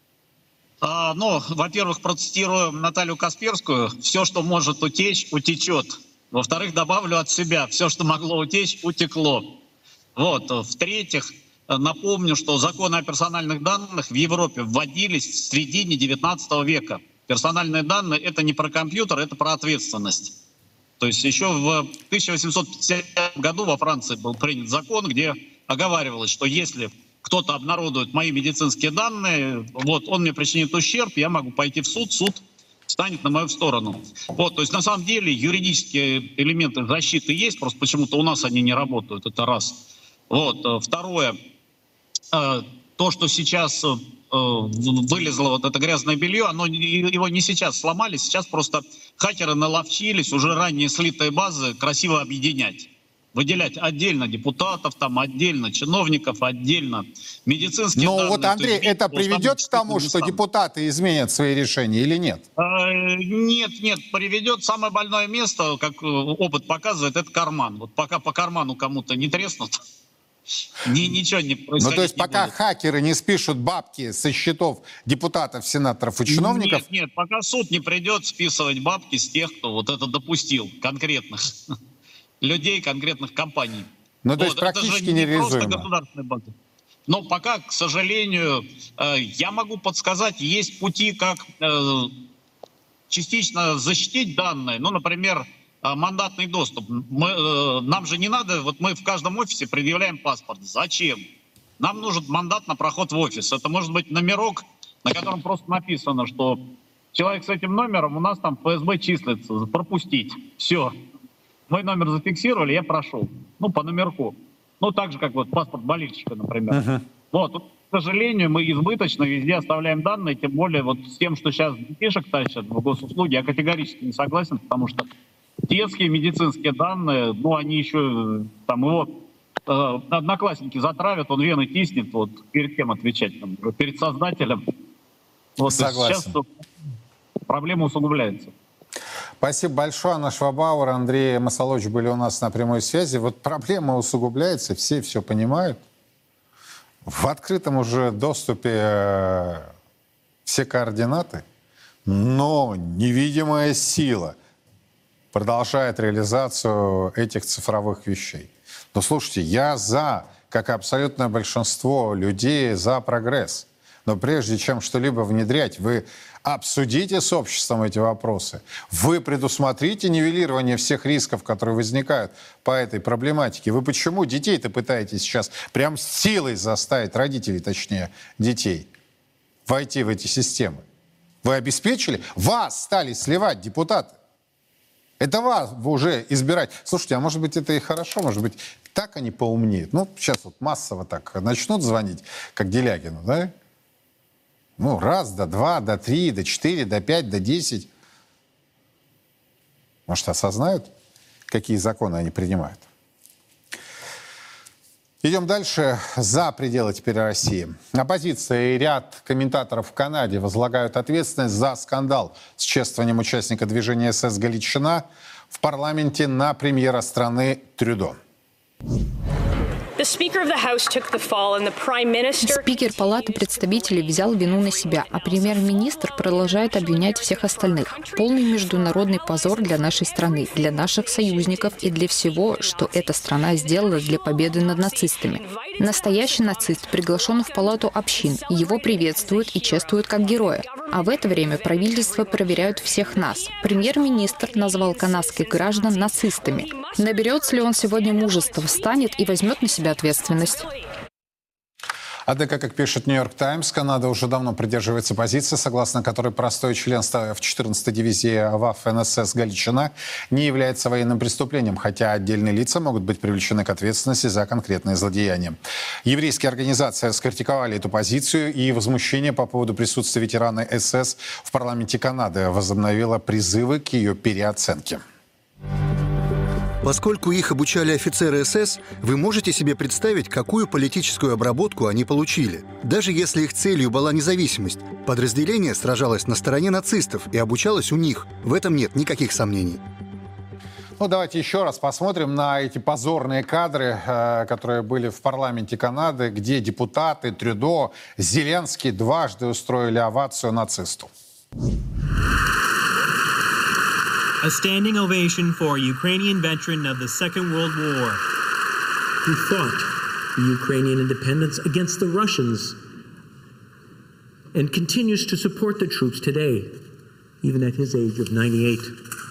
А, ну, во-первых, процитирую Наталью Касперскую. Все, что может утечь, утечет. Во-вторых, добавлю от себя. Все, что могло утечь, утекло. Вот. В-третьих, напомню, что законы о персональных данных в Европе вводились в середине девятнадцатого века. Персональные данные — это не про компьютер, это про ответственность. То есть еще в тысяча восемьсот пятидесятом году во Франции был принят закон, где оговаривалось, что если кто-то обнародует мои медицинские данные, вот, он мне причинит ущерб, я могу пойти в суд, суд станет на мою сторону. Вот, то есть на самом деле юридические элементы защиты есть, просто почему-то у нас они не работают, это раз. Вот, второе, то, что сейчас вылезло вот это грязное белье, оно, его не сейчас сломали, сейчас просто хакеры наловчились уже ранее слитые базы красиво объединять. Выделять отдельно депутатов, там отдельно чиновников, отдельно медицинские Но данные. вот, Андрей, есть, это приведет к тому, что депутаты изменят свои решения или нет? Нет, нет, приведет. Самое больное место, как опыт показывает, это карман. Вот пока по карману кому-то не треснут, ни, ничего не происходит. Ну, то есть пока будет. хакеры не спишут бабки со счетов депутатов, сенаторов и чиновников? Нет, нет, пока суд не придет списывать бабки с тех, кто вот это допустил, конкретных людей, конкретных компаний. Ну, то вот, есть практически не нереализуемо. Просто государственные банки. Но пока, к сожалению, я могу подсказать, есть пути, как частично защитить данные. Ну, например, мандатный доступ. Мы, нам же не надо, вот мы в каждом офисе предъявляем паспорт. Зачем? Нам нужен мандат на проход в офис. Это может быть номерок, на котором просто написано, что человек с этим номером у нас там в ФСБ числится. Пропустить. Все. Мой номер зафиксировали, я прошел. Ну, по номерку. Ну, так же, как вот паспорт болельщика, например. Uh-huh. Вот. К сожалению, мы избыточно везде оставляем данные, тем более вот с тем, что сейчас детишек тащат в госуслуги, я категорически не согласен, потому что детские медицинские данные, ну, они еще, там, его э, одноклассники затравят, он вены тиснет, вот, перед кем отвечать, там, перед создателем. Вот, согласен. Сейчас проблема усугубляется. Спасибо большое, Анна Швабауэр, Андрей Масалович были у нас на прямой связи. Вот проблема усугубляется, все все понимают. В открытом уже доступе все координаты, но невидимая сила продолжает реализацию этих цифровых вещей. Но слушайте, я за, как и абсолютное большинство людей, за прогресс. Но прежде чем что-либо внедрять, вы обсудите с обществом эти вопросы. Вы предусмотрите нивелирование всех рисков, которые возникают по этой проблематике. Вы почему детей-то пытаетесь сейчас прям силой заставить, родителей точнее, детей, войти в эти системы? Вы обеспечили? Вас стали сливать депутаты. Это вас уже избирать. Слушайте, а может быть это и хорошо, может быть так они поумнеют. Ну, сейчас вот массово так начнут звонить, как Делягину, да? Ну, раз, до два, до три, до четыре, до пять, до десять. Может, осознают, какие законы они принимают. Идем дальше. За пределы теперь России. Оппозиция и ряд комментаторов в Канаде возлагают ответственность за скандал с чествованием участника движения СС «Галичина» в парламенте на премьера страны Трюдо. Спикер Палаты представителей взял вину на себя, а премьер-министр продолжает обвинять всех остальных. Полный международный позор для нашей страны, для наших союзников и для всего, что эта страна сделала для победы над нацистами. Настоящий нацист приглашен в Палату общин, его приветствуют и чествуют как героя. А в это время правительство проверяют всех нас. Премьер-министр назвал канадских граждан нацистами. Наберется ли он сегодня мужества, встанет и возьмет на себя ответственность? Однако, как пишет «Нью-Йорк Таймс», Канада уже давно придерживается позиции, согласно которой простое членство в четырнадцатой дивизии Waffen-СС «Галичина» не является военным преступлением, хотя отдельные лица могут быть привлечены к ответственности за конкретные злодеяния. Еврейские организации раскритиковали эту позицию, и возмущение по поводу присутствия ветерана СС в парламенте Канады возобновило призывы к ее переоценке. Поскольку их обучали офицеры СС, вы можете себе представить, какую политическую обработку они получили. Даже если их целью была независимость, подразделение сражалось на стороне нацистов и обучалось у них. В этом нет никаких сомнений. Ну, давайте еще раз посмотрим на эти позорные кадры, э, которые были в парламенте Канады, где депутаты Трюдо, Зеленский дважды устроили овацию нацисту. A standing ovation for a Ukrainian veteran of the Second World War who fought for Ukrainian independence against the Russians and continues to support the troops today, even at his age of ninety-eight.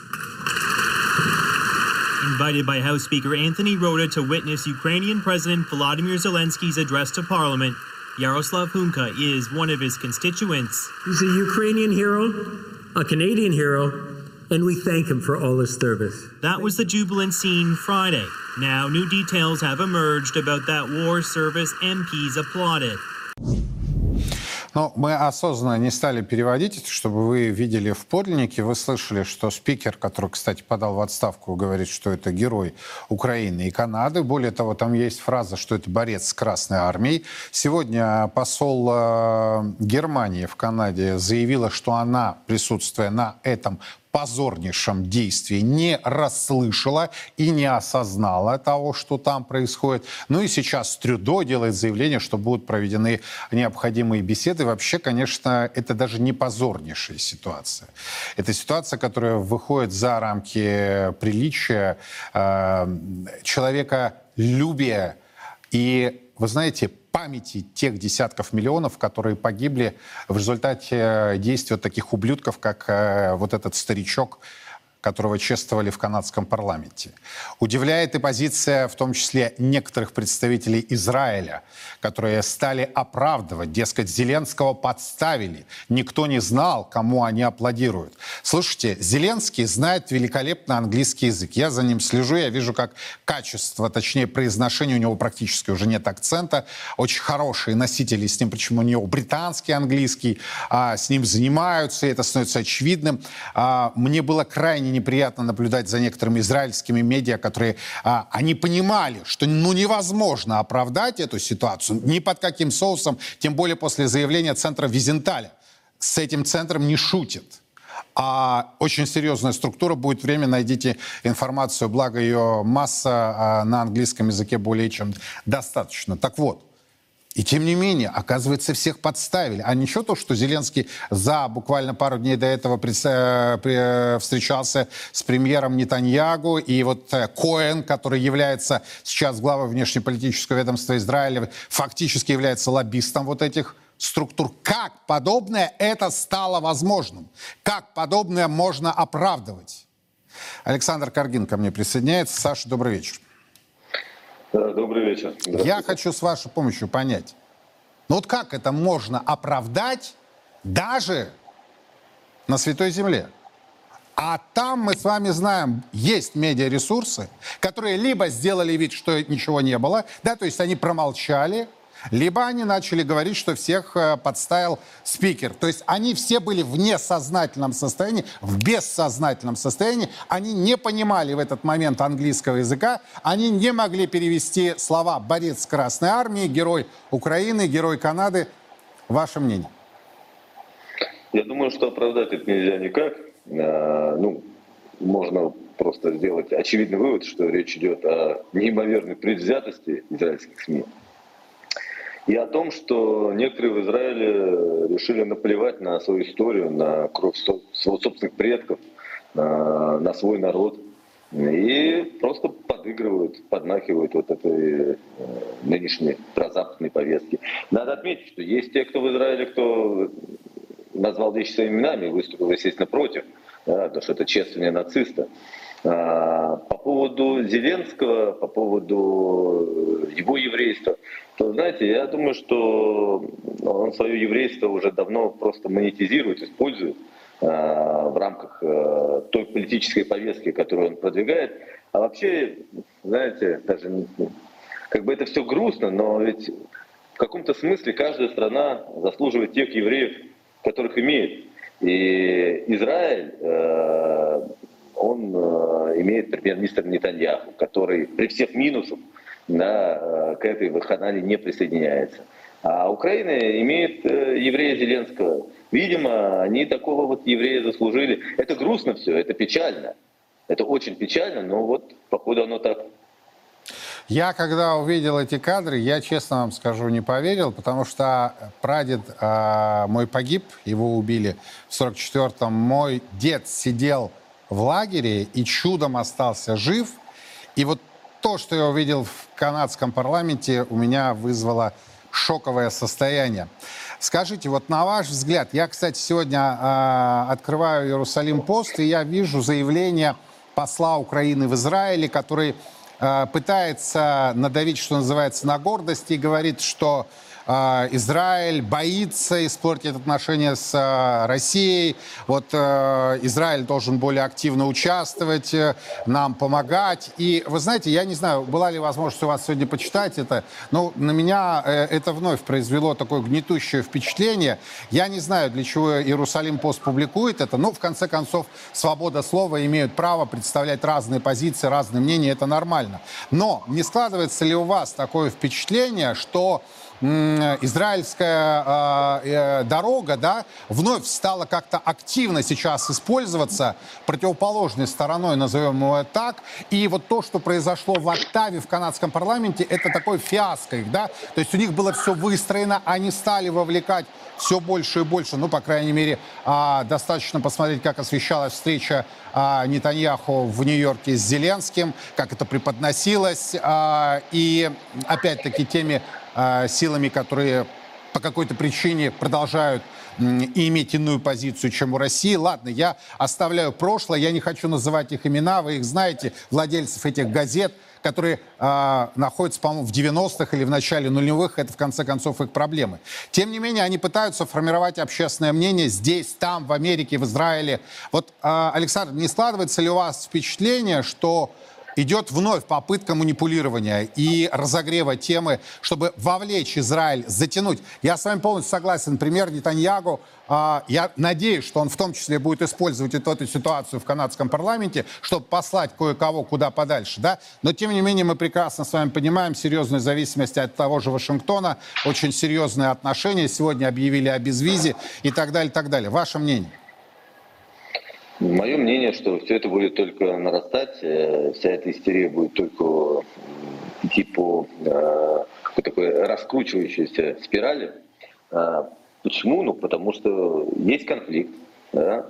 Invited by House Speaker Anthony Rota to witness Ukrainian President Volodymyr Zelensky's address to Parliament, Yaroslav Hunka is one of his constituents. He's a Ukrainian hero, a Canadian hero, and we thank him for all his service. That was the jubilant scene Friday. Now new details have emerged about that war service M Ps applauded. Но мы осознанно не стали переводить, чтобы вы видели в подлиннике. Вы слышали, что спикер, который, кстати, подал в отставку, говорит, что это герой Украины и Канады. Более того, там есть фраза, что это борец с Красной Армией. Сегодня посол Германии в Канаде заявила, что она, присутствуя на этом позорнейшем действии, не расслышала и не осознала того, что там происходит. Ну и сейчас Трюдо делает заявление, что будут проведены необходимые беседы. Вообще, конечно, это даже не позорнейшая ситуация. Это ситуация, которая выходит за рамки приличия, э, человеколюбия и, вы знаете, памяти тех десятков миллионов, которые погибли в результате действия таких ублюдков, как э, вот этот старичок, которого чествовали в канадском парламенте. Удивляет и позиция, в том числе некоторых представителей Израиля, которые стали оправдывать, дескать, Зеленского подставили. Никто не знал, кому они аплодируют. Слушайте, Зеленский знает великолепно английский язык. Я за ним слежу, я вижу, как качество, точнее, произношения у него практически уже нет акцента. Очень хорошие носители с ним, причем у него британский английский, а, с ним занимаются, и это становится очевидным. А, мне было крайне неприятно наблюдать за некоторыми израильскими медиа, которые, а, они понимали, что ну невозможно оправдать эту ситуацию ни под каким соусом, тем более после заявления центра Визенталя. С этим центром не шутят. А очень серьезная структура, будет время, найдите информацию, благо ее масса, а на английском языке более чем достаточно. Так вот, и тем не менее, оказывается, всех подставили. А ничего то, что Зеленский за буквально пару дней до этого встречался с премьером Нетаньягу, и вот Коэн, который является сейчас главой внешнеполитического ведомства Израиля, фактически является лоббистом вот этих структур. Как подобное это стало возможным? Как подобное можно оправдывать? Александр Каргин ко мне присоединяется. Саша, добрый вечер. Да, добрый вечер. Я хочу с вашей помощью понять, ну вот как это можно оправдать даже на Святой Земле? А там, мы с вами знаем, есть медиаресурсы, которые либо сделали вид, что ничего не было, да, то есть они промолчали, либо они начали говорить, что всех э, подставил спикер. То есть они все были в несознательном состоянии, в бессознательном состоянии. Они не понимали в этот момент английского языка. Они не могли перевести слова «борец Красной Армии», «герой Украины», «герой Канады». Ваше мнение? Я думаю, что оправдать это нельзя никак. А, ну, можно просто сделать очевидный вывод, что речь идет о неимоверной предвзятости израильских СМИ. И о том, что некоторые в Израиле решили наплевать на свою историю, на кровь собственных предков, на, на свой народ. И просто подыгрывают, подмахивают вот этой э, нынешней прозападной повестки. Надо отметить, что есть те, кто в Израиле, кто назвал вещи своими именами и выступил, естественно, против, да, потому что это чествование нациста. А, по поводу Зеленского, по поводу его еврейства, то, знаете, я думаю, что он свое еврейство уже давно просто монетизирует, использует а, в рамках а, той политической повестки, которую он продвигает. А вообще, знаете, даже как бы это все грустно, но ведь в каком-то смысле каждая страна заслуживает тех евреев, которых имеет. И Израиль, э, он э, имеет премьер-министра Нетаньяху, который при всех минусах да, э, к этой вакханалии не присоединяется. А Украина имеет э, еврея Зеленского. Видимо, они такого вот еврея заслужили. Это грустно все, это печально. Это очень печально, но вот походу оно так. Я, когда увидел эти кадры, я, честно вам скажу, не поверил, потому что прадед э, мой погиб, его убили в сорок четвёртом. Мой дед сидел в лагере и чудом остался жив. И вот то, что я увидел в канадском парламенте, у меня вызвало шоковое состояние. Скажите, вот на ваш взгляд, я, кстати, сегодня э, открываю Иерусалим-Пост, и я вижу заявление посла Украины в Израиле, который пытается надавить, что называется, на гордость и говорит, что э, Израиль боится испортить отношения с э, Россией. Вот э, Израиль должен более активно участвовать, э, нам помогать. И вы знаете, я не знаю, была ли возможность у вас сегодня почитать это, но на меня э, это вновь произвело такое гнетущее впечатление. Я не знаю, для чего Иерусалим-Пост публикует это, но в конце концов свобода слова, имеют право представлять разные позиции, разные мнения, это нормально. Но не складывается ли у вас такое впечатление, что израильская э, э, дорога, да, вновь стала как-то активно сейчас использоваться противоположной стороной, назовем его так, и вот то, что произошло в Оттаве, в канадском парламенте, это такой фиаско их, да, то есть у них было все выстроено, они стали вовлекать все больше и больше, ну, по крайней мере, э, достаточно посмотреть, как освещалась встреча э, Нетаньяху в Нью-Йорке с Зеленским, как это преподносилось, э, и опять-таки теми силами, которые по какой-то причине продолжают иметь иную позицию, чем у России. Ладно, я оставляю прошлое, я не хочу называть их имена, вы их знаете, владельцев этих газет, которые э, находятся, по-моему, в девяностых или в начале нулевых, это в конце концов их проблемы. Тем не менее, они пытаются формировать общественное мнение здесь, там, в Америке, в Израиле. Вот, э, Александр, не складывается ли у вас впечатление, что идет вновь попытка манипулирования и разогрева темы, чтобы вовлечь Израиль, затянуть? Я с вами полностью согласен. Премьер Нетаньяху, э, я надеюсь, что он в том числе будет использовать эту, эту ситуацию в канадском парламенте, чтобы послать кое-кого куда подальше. Да? Но, тем не менее, мы прекрасно с вами понимаем серьезную зависимость от того же Вашингтона, очень серьезные отношения. Сегодня объявили о безвизе и так далее, так далее. Ваше мнение? Мое мнение, что все это будет только нарастать, вся эта истерия будет только идти по какой-то такой раскручивающейся спирали. Почему? Ну, потому что есть конфликт. Да?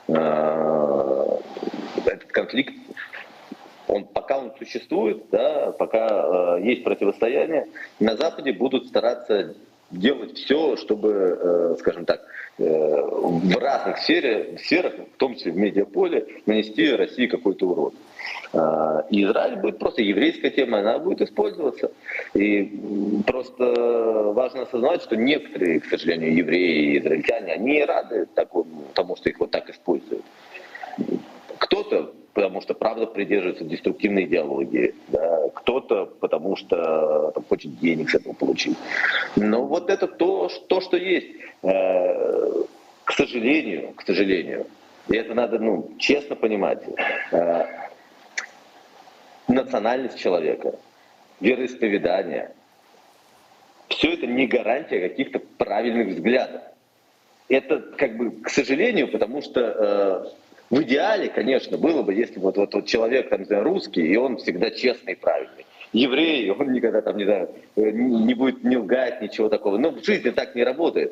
Этот конфликт, он, пока он существует, да, пока есть противостояние, на Западе будут стараться делать все, чтобы, скажем так, в разных сферах, сферах, в том числе в медиаполе, нанести России какой-то урон. И Израиль будет просто еврейская тема, она будет использоваться. И просто важно осознавать, что некоторые, к сожалению, евреи и израильтяне, они рады такому, тому, что их вот так используют. Кто-то, потому что правда придерживается деструктивной идеологии, да, кто-то потому что там, хочет денег с этого получить. Но вот это то, то что есть. К сожалению, к сожалению, и это надо ну, честно понимать, национальность человека, вероисповедание, все это не гарантия каких-то правильных взглядов. Это как бы, к сожалению, потому что э, в идеале, конечно, было бы, если вот, вот, вот человек там, русский, и он всегда честный и правильный. Еврей, он никогда там, не знаю, не будет не лгать, ничего такого. Но в жизни так не работает.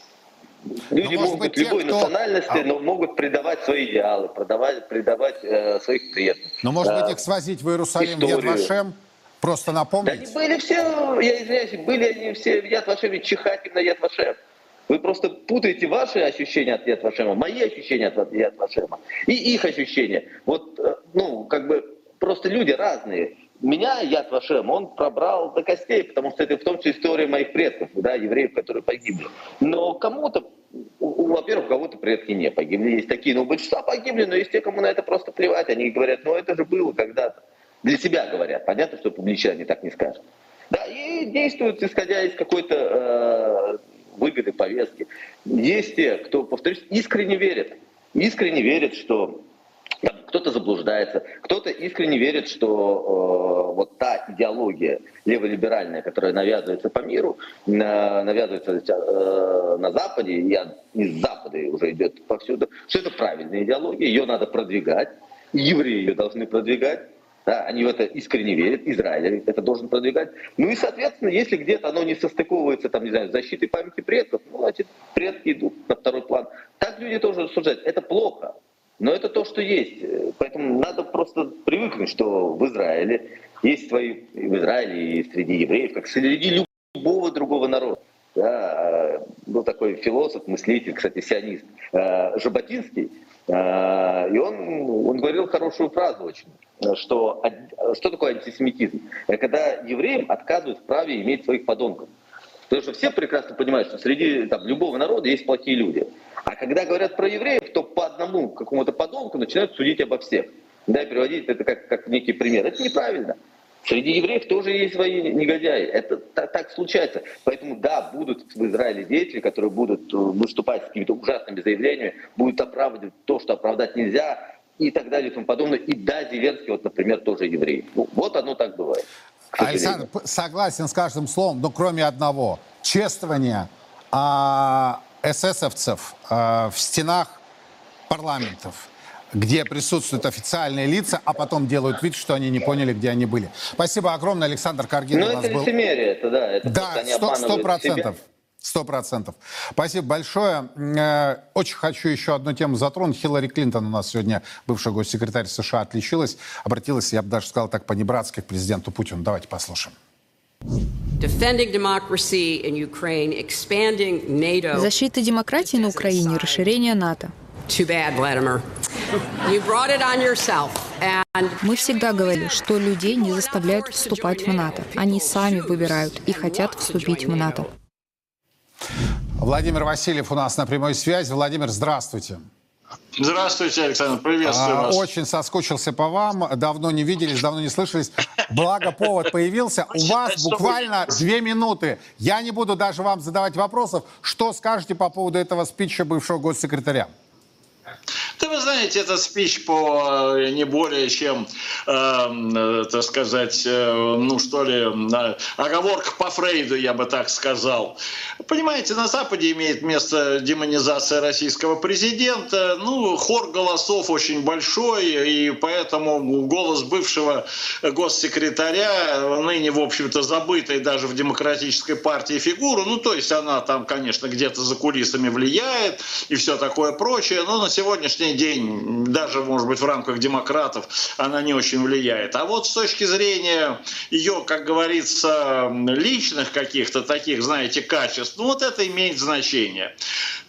Люди но, могут быть те, любой кто... национальности, а... но могут предавать свои идеалы, предавать, предавать э, своих предков. Но, может быть, их свозить в Иерусалим, в Яд Вашем? Просто напомнить? Да они были все, я извиняюсь, были они все в Яд Вашем, и чихать им на Яд Вашем. Вы просто путаете ваши ощущения от Яд Вашема, мои ощущения от Яд Вашема и их ощущения. Вот, ну, как бы, просто люди разные. Меня Яд Вашем, он пробрал до костей, потому что это в том числе история моих предков, да, евреев, которые погибли. Но кому-то, во-первых, у кого-то предки не погибли, есть такие, но большинство погибли, но есть те, кому на это просто плевать. Они говорят, ну это же было когда-то. Для себя говорят. Понятно, что публично они так не скажут. Да, и действуют, исходя из какой-то э, выгоды, повестки. Есть те, кто, повторюсь, искренне верит. Искренне верит, что там, кто-то заблуждается, кто-то искренне верит, что э, вот та идеология леволиберальная, которая навязывается по миру, э, навязывается э, на Западе, и из Запада уже идет повсюду, что это правильная идеология, ее надо продвигать, евреи ее должны продвигать. Да, они в это искренне верят, Израиль это должен продвигать. Ну и, соответственно, если где-то оно не состыковывается, там, не знаю, с защитой памяти предков, ну, эти предки идут на второй план. Так люди тоже рассуждают. Это плохо, но это то, что есть. Поэтому надо просто привыкнуть, что в Израиле есть свои, и в Израиле и среди евреев, как среди любого другого народа. Да, был такой философ, мыслитель, кстати, сионист, Жаботинский, и он, он говорил хорошую фразу очень, что, что такое антисемитизм? Когда евреям отказывают в праве иметь своих подонков. Потому что все прекрасно понимают, что среди там, любого народа есть плохие люди. А когда говорят про евреев, то по одному какому-то подонку начинают судить обо всех. Да, переводить это как, как некий пример. Это неправильно. Среди евреев тоже есть свои негодяи. Это так, так случается. Поэтому да, будут в Израиле деятели, которые будут выступать с какими-то ужасными заявлениями, будут оправдывать то, что оправдать нельзя, и так далее и тому подобное. И да, Зеленский, вот, например, тоже еврей. Ну, вот оно так бывает. Александр, согласен с каждым словом, но кроме одного. Чествование а, эсэсовцев а, в стенах парламентов, где присутствуют официальные лица, а потом делают вид, что они не поняли, где они были. Спасибо огромное, Александр Каргин. Ну, это лицемерие, это да. Это да, сто процентов. Сто процентов. Спасибо большое. Очень хочу еще одну тему затронуть. Хиллари Клинтон у нас сегодня, бывший госсекретарь США, отличилась. Обратилась, я бы даже сказал так, по-небратски к президенту Путину. Давайте послушаем. Защита демократии на Украине, расширение НАТО. Мы всегда говорили, что людей не заставляют вступать в НАТО. Они сами выбирают и хотят вступить в НАТО. Владимир Васильев у нас на прямой связи. Владимир, здравствуйте. Здравствуйте, Александр, приветствую а, вас. Очень соскучился по вам, давно не виделись, давно не слышались. Благо, повод появился. У вас буквально две минуты. Я не буду даже вам задавать вопросов. Что скажете по поводу этого спича бывшего госсекретаря? Да вы знаете, этот спич по не более чем, э, так сказать, э, ну что ли, э, оговорка по Фрейду, я бы так сказал. Понимаете, на Западе имеет место демонизация российского президента. Ну, хор голосов очень большой, и поэтому голос бывшего госсекретаря, ныне, в общем-то, забытой даже в демократической партии фигуру, ну, то есть она там, конечно, где-то за кулисами влияет и все такое прочее, но на сегодняшний день, даже, может быть, в рамках демократов, она не очень влияет. А вот с точки зрения ее, как говорится, личных каких-то таких, знаете, качеств, ну вот это имеет значение.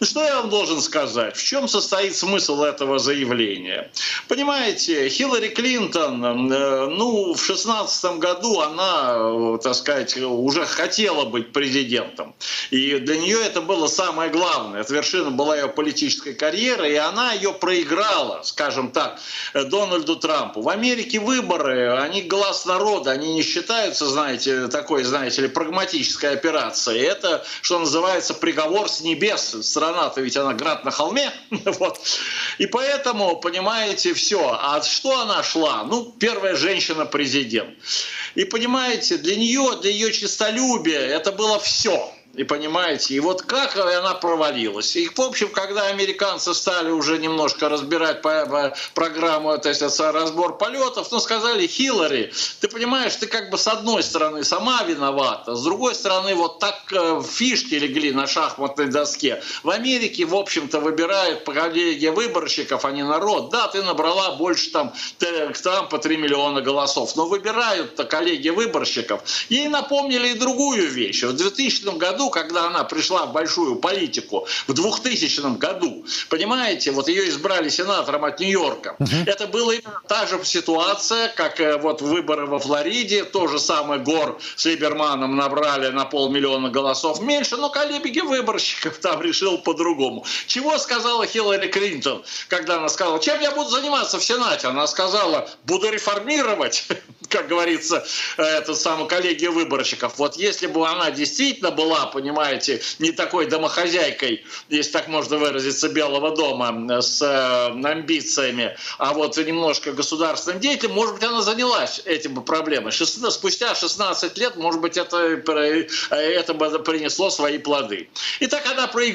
Что я вам должен сказать? В чем состоит смысл этого заявления? Понимаете, Хиллари Клинтон, ну, в шестнадцатом году она, так сказать, уже хотела быть президентом. И для нее это было самое главное. Это вершина была ее политической карьеры, и она ее проиграла, скажем так, Дональду Трампу. В Америке выборы, они глаз народа, они не считаются, знаете, такой, знаете ли, прагматической операцией. Это, что называется, приговор с небес. Страна-то ведь она град на холме. Вот. И поэтому, понимаете, все. А что она шла? Ну, первая женщина-президент. И понимаете, для нее, для ее честолюбия это было все. И понимаете, и вот как она провалилась. И, в общем, когда американцы стали уже немножко разбирать по, по программу, то есть разбор полетов, ну, сказали: Хиллари, ты понимаешь, ты как бы с одной стороны сама виновата, с другой стороны вот так э, фишки легли на шахматной доске. В Америке, в общем-то, выбирают коллегия выборщиков, а не народ. Да, ты набрала больше там, там по три миллиона голосов, но выбирают-то коллеги выборщиков. Ей напомнили и другую вещь. В двухтысячном году, когда она пришла в большую политику, в двухтысячном году, понимаете, вот ее избрали сенатором от Нью-Йорка. Uh-huh. Это была именно та же ситуация, как вот выборы во Флориде, то же самое Гор с Либерманом набрали на полмиллиона голосов меньше, но коллеги выборщиков там решил по-другому. Чего сказала Хиллари Клинтон, когда она сказала: чем я буду заниматься в Сенате? Она сказала: буду реформировать, как говорится, этот самый коллегия выборщиков. Вот если бы она действительно была, понимаете, не такой домохозяйкой, если так можно выразиться, Белого дома, с амбициями, а вот немножко государственным деятелем, может быть, она занялась этим проблемой. Спустя шестнадцать лет, может быть, это, это бы принесло свои плоды. И так она проиграла.